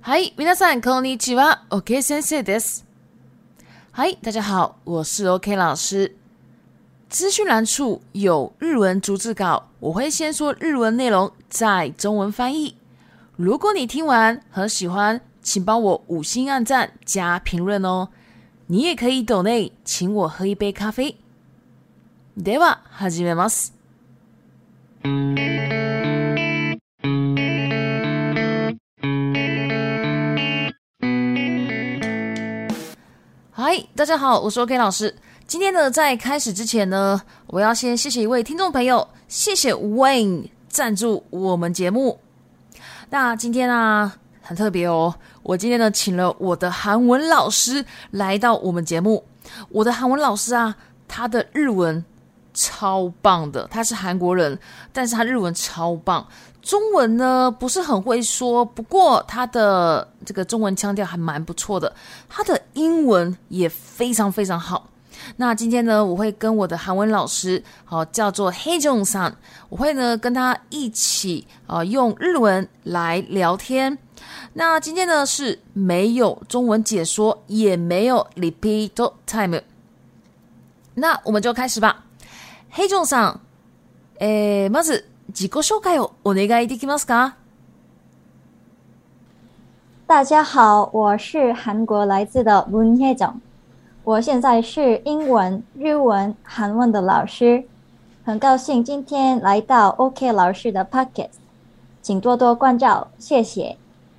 嗨，皆さんこんにちは，OK 先生です。嗨，大家好，我是 OK 老师。资讯栏处有日文逐字稿，我会先说日文内容，再中文翻译。如果你听完很喜欢，请帮我5星按赞加评论哦。你也可以抖内请我喝一杯咖啡。では始めます。嗨，大家好，我是 OK 老师。今天呢，在开始之前呢，我要先谢谢一位听众朋友，谢谢 Wayne 赞助我们节目。那今天啊，很特别哦，我今天呢，请了我的韩文老师来到我们节目。我的韩文老师啊，他的日文超棒的，他是韩国人，但是他日文超棒。中文呢不是很会说，不过他的这个中文腔调还蛮不错的，他的英文也非常非常好。那今天呢，我会跟我的韩文老师，叫做黑中さん，我会呢跟他一起用日文来聊天。那今天呢是没有中文解说，也没有 repeat time。那我们就开始吧。黑中さん、まず自己紹介をお願いできますか？ 大家好，我是韩国来自的文혜정，我现在是英文、日文、韩文的老师，很高兴今天来到 OK 老师的 Podcast， 请多多关照，谢谢。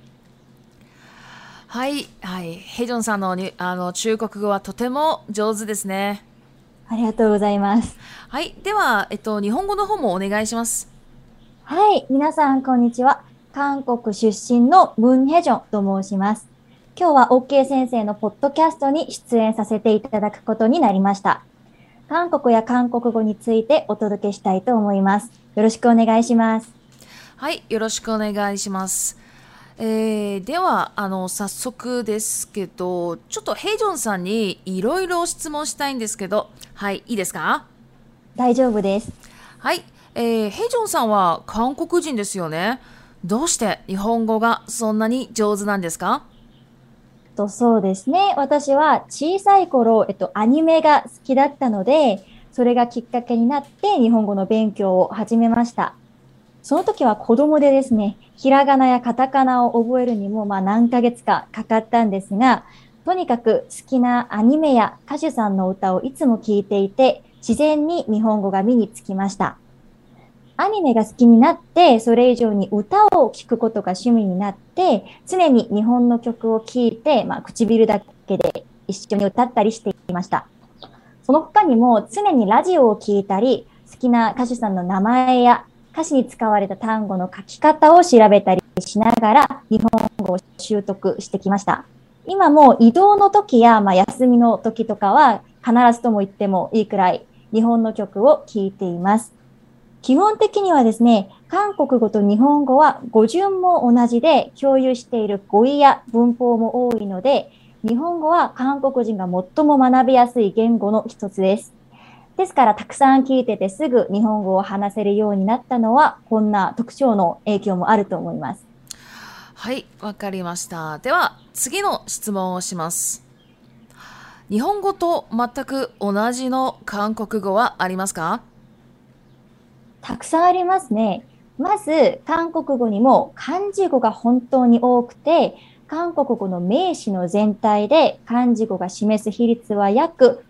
はい、はい、ヘジョンさんの中国語はとても上手ですね。 ありがとうございます。 はい、では、日本語の方もお願いします。 はい、皆さんこんにちは。韓国出身の文혜정と申します。今日は OK 先生のポッドキャストに出演させていただくことになりました。韓国や韓国語についてお届けしたいと思います。よろしくお願いします。 はい、よろしくお願いします。では早速ですけど、ちょっとヘイジョンさんにいろいろ質問したいんですけど、はい、いいですか？ 大丈夫です。 はい、ヘイジョンさんは韓国人ですよね。どうして日本語がそんなに上手なんですか？ そうですね。私は小さい頃、アニメが好きだったので、それがきっかけになって日本語の勉強を始めました。その時は子供でですね、ひらがなやカタカナを覚えるにも何ヶ月かかかったんですが、とにかく好きなアニメや歌手さんの歌をいつも聴いていて、自然に日本語が身につきました。アニメが好きになって、それ以上に歌を聴くことが趣味になって、常に日本の曲を聴いて、唇だけで一緒に歌ったりしていました。その他にも常にラジオを聴いたり、好きな歌手さんの名前や歌詞に使われた単語の書き方を調べたりしながら日本語を習得してきました。今も移動の時や、休みの時とかは必ずとも言ってもいいくらい日本の曲を聴いています。基本的にはですね、韓国語と日本語は語順も同じで共有している語彙や文法も多いので、日本語は韓国人が最も学びやすい言語の一つです。ですからたくさん聞いててすぐ日本語を話せるようになったのはこんな特徴の影響もあると思います。 はい、わかりました。では次の質問をします。日本語と全く同じの韓国語はありますか？ たくさんありますね。まず韓国語にも漢字語が本当に多くて、韓国語の名詞の全体で漢字語が示す比率は約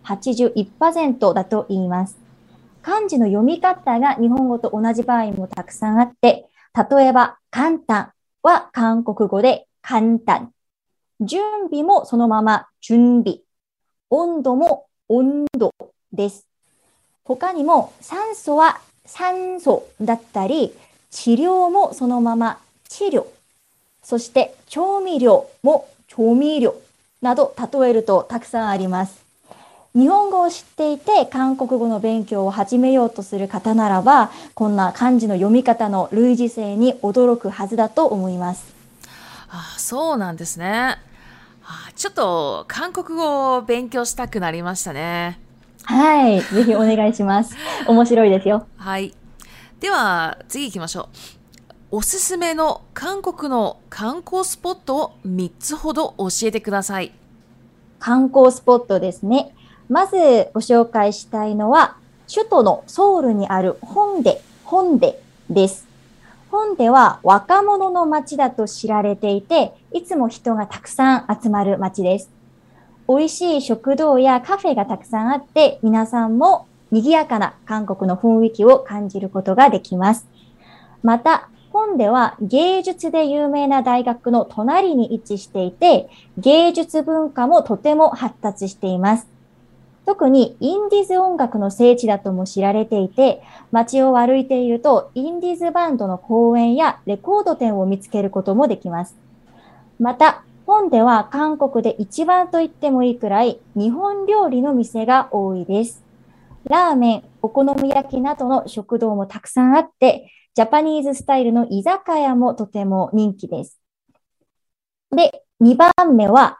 81% だと言います。漢字の読み方が日本語と同じ場合もたくさんあって、例えば簡単は韓国語で簡単、準備もそのまま準備、温度も温度です。他にも酸素は酸素だったり、治療もそのまま治療、そして調味料も調味料など例えるとたくさんあります。日本語を知っていて韓国語の勉強を始めようとする方ならば、こんな漢字の読み方の類似性に驚くはずだと思います。 そうなんですね。ちょっと韓国語を勉強したくなりましたね。 はい、ぜひお願いします。面白いですよ。 はい。では次行きましょう。 おすすめの韓国の観光スポットを3つほど教えてください。 観光スポットですね。まずご紹介したいのは、首都のソウルにあるホンデです。ホンデは若者の街だと知られていて、いつも人がたくさん集まる街です。美味しい食堂やカフェがたくさんあって、皆さんも賑やかな韓国の雰囲気を感じることができます。また、ホンデは芸術で有名な大学の隣に位置していて、芸術文化もとても発達しています。特にインディーズ音楽の聖地だとも知られていて、街を歩いているとインディーズバンドの公演やレコード店を見つけることもできます。また、ホンデは韓国で一番と言ってもいいくらい日本料理の店が多いです。ラーメン、お好み焼きなどの食堂もたくさんあって、ジャパニーズスタイルの居酒屋もとても人気です。で、2番目は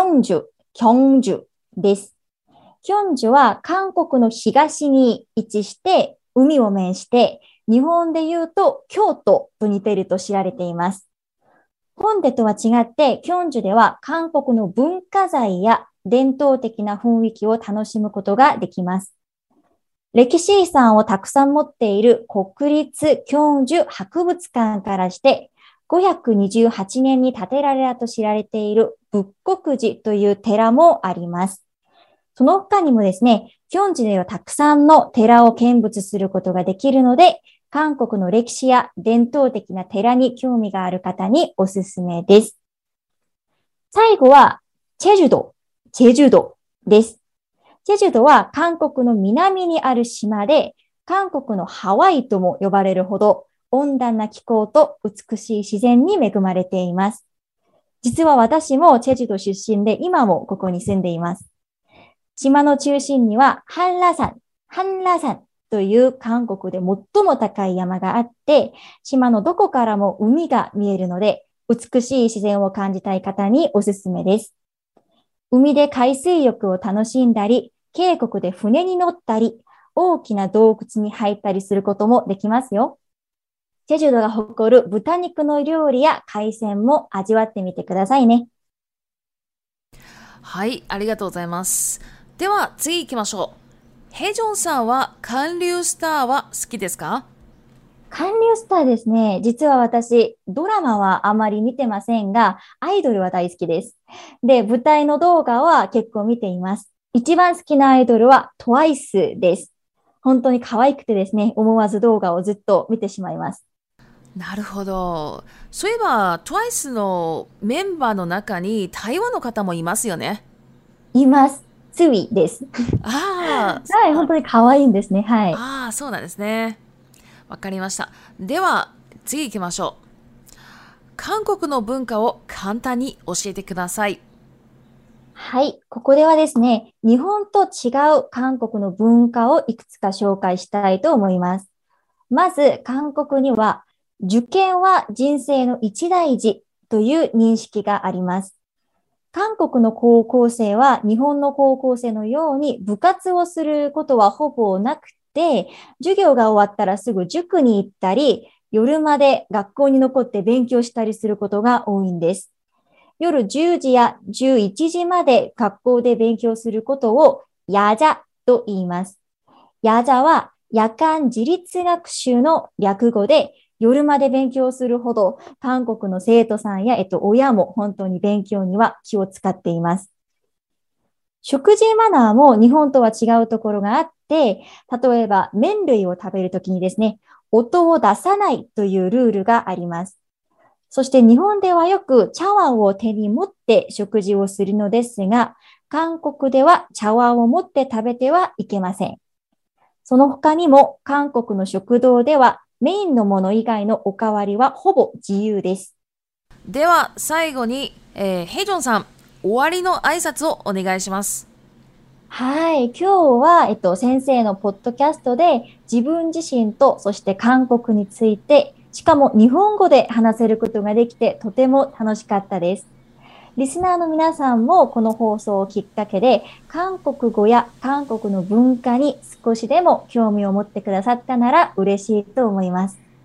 kyongjuです。キョンジュは韓国の東に位置して海を面して日本で言うと京都と似ていると知られています。ホンデとは違ってキョンジュでは韓国の文化財や伝統的な雰囲気を楽しむことができます。歴史遺産をたくさん持っている国立キョンジュ博物館からして528年に建てられたと知られている仏国寺という寺もあります。その他にもですね、キョンジュではたくさんの寺を見物することができるので、韓国の歴史や伝統的な寺に興味がある方におすすめです。最後は、チェジュドです。チェジュドは韓国の南にある島で、韓国のハワイとも呼ばれるほど温暖な気候と美しい自然に恵まれています。実は私もチェジュド出身で今もここに住んでいます。島の中心にはハンラ山という韓国で最も高い山があって、島のどこからも海が見えるので、美しい自然を感じたい方におすすめです。海で海水浴を楽しんだり、渓谷で船に乗ったり、大きな洞窟に入ったりすることもできますよ。チェジュドが誇る豚肉の料理や海鮮も味わってみてくださいね。 はい、ありがとうございます。では次行きましょう。ヘジョンさんは韓流スターは好きですか？ 韓流スターですね。実は私、ドラマはあまり見てませんが、アイドルは大好きです。で、舞台の動画は結構見ています。一番好きなアイドルは TWICE です。本当に可愛くてですね、思わず動画をずっと見てしまいます。 なるほど。そういえば TWICE のメンバーの中に台湾の方もいますよね。 います。ツイです。 あはい、本当に可愛いんですね。はい。 あ、そうなんですね。わかりました。では次行きましょう。韓国の文化を簡単に教えてください。 はい。ここではですね、日本と違う韓国の文化をいくつか紹介したいと思います。まず、韓国には、受験は人生の一大事という認識があります。韓国の高校生は日本の高校生のように部活をすることはほぼなくて、授業が終わったらすぐ塾に行ったり、夜まで学校に残って勉強したりすることが多いんです。夜10時や11時まで学校で勉強することをヤジャと言います。ヤジャは夜間自立学習の略語で、夜まで勉強するほど韓国の生徒さんや、親も本当に勉強には気を使っています。食事マナーも日本とは違うところがあって、例えば麺類を食べるときにですね、音を出さないというルールがあります。そして日本ではよく茶碗を手に持って食事をするのですが、韓国では茶碗を持って食べてはいけません。その他にも韓国の食堂ではメインのもの以外のおかわりはほぼ自由です。 では最後に、ヘジョンさん、終わりの挨拶をお願いします。 はい。今日は、先生のポッドキャストで自分自身とそして韓国について、しかも日本語で話せることができてとても楽しかったです。リスナーの皆さんもこの放送をきっかけで韓国語や韓国の文化に少しでも興味を持ってくださったなら嬉しいと思います。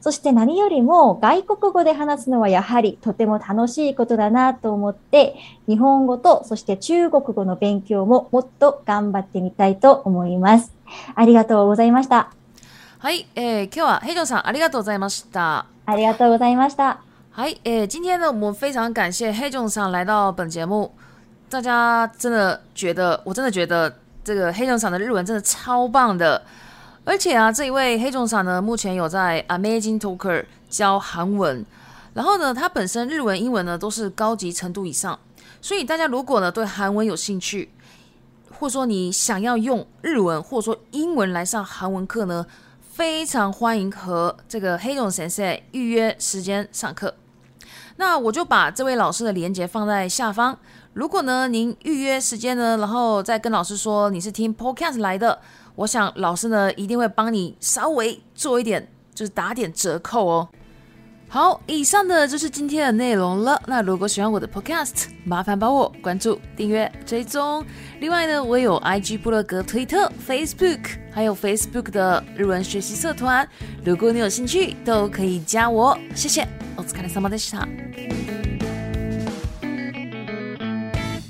そして何よりも外国語で話すのはやはりとても楽しいことだなと思って、日本語とそして中国語の勉強ももっと頑張ってみたいと思います。ありがとうございました。 はい、今日は黑总さんありがとうございました。 ありがとうございました。 嗨，今天呢，我们非常感谢黑总上来到本节目。大家真的觉得，我真的觉得这个黑总上的日文真的超棒的。而且啊，这一位黑总上呢，目前有在 Amazing Talker 教韩文，然后呢，他本身日文、英文呢都是高级程度以上。所以大家如果呢对韩文有兴趣，或者说你想要用日文或者说英文来上韩文课呢，非常欢迎和这个黑总先生预约时间上课。那我就把这位老师的连结放在下方。如果呢您预约时间呢，然后再跟老师说你是听 Podcast 来的，我想老师呢一定会帮你稍微做一点，就是打点折扣哦。好，以上的就是今天的内容了。那如果喜欢我的 Podcast， 麻烦帮我关注、订阅、追踪。另外呢，我有 IG 部落格、推特、Facebook， 还有 Facebook 的日文学习社团。如果你有兴趣，都可以加我。谢谢。お疲れ様でした。